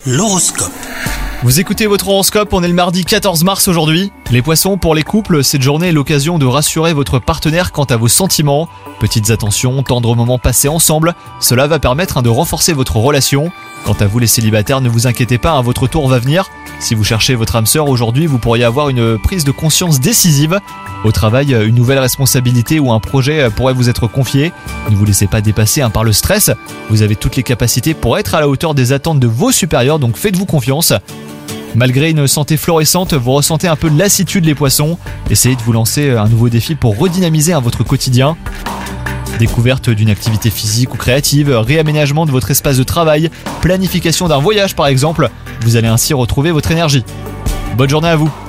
L'horoscope. Vous écoutez votre horoscope, on est le mardi 14 mars aujourd'hui. Les poissons, pour les couples, cette journée est l'occasion de rassurer votre partenaire quant à vos sentiments. Petites attentions, tendres moments passés ensemble, cela va permettre de renforcer votre relation. Quant à vous les célibataires, ne vous inquiétez pas, votre tour va venir. Si vous cherchez votre âme sœur aujourd'hui, vous pourriez avoir une prise de conscience décisive. Au travail, une nouvelle responsabilité ou un projet pourrait vous être confié. Ne vous laissez pas dépasser par le stress. Vous avez toutes les capacités pour être à la hauteur des attentes de vos supérieurs, donc faites-vous confiance. Malgré une santé florissante, vous ressentez un peu de lassitude les poissons. Essayez de vous lancer un nouveau défi pour redynamiser votre quotidien. Découverte d'une activité physique ou créative, réaménagement de votre espace de travail, planification d'un voyage par exemple, vous allez ainsi retrouver votre énergie. Bonne journée à vous!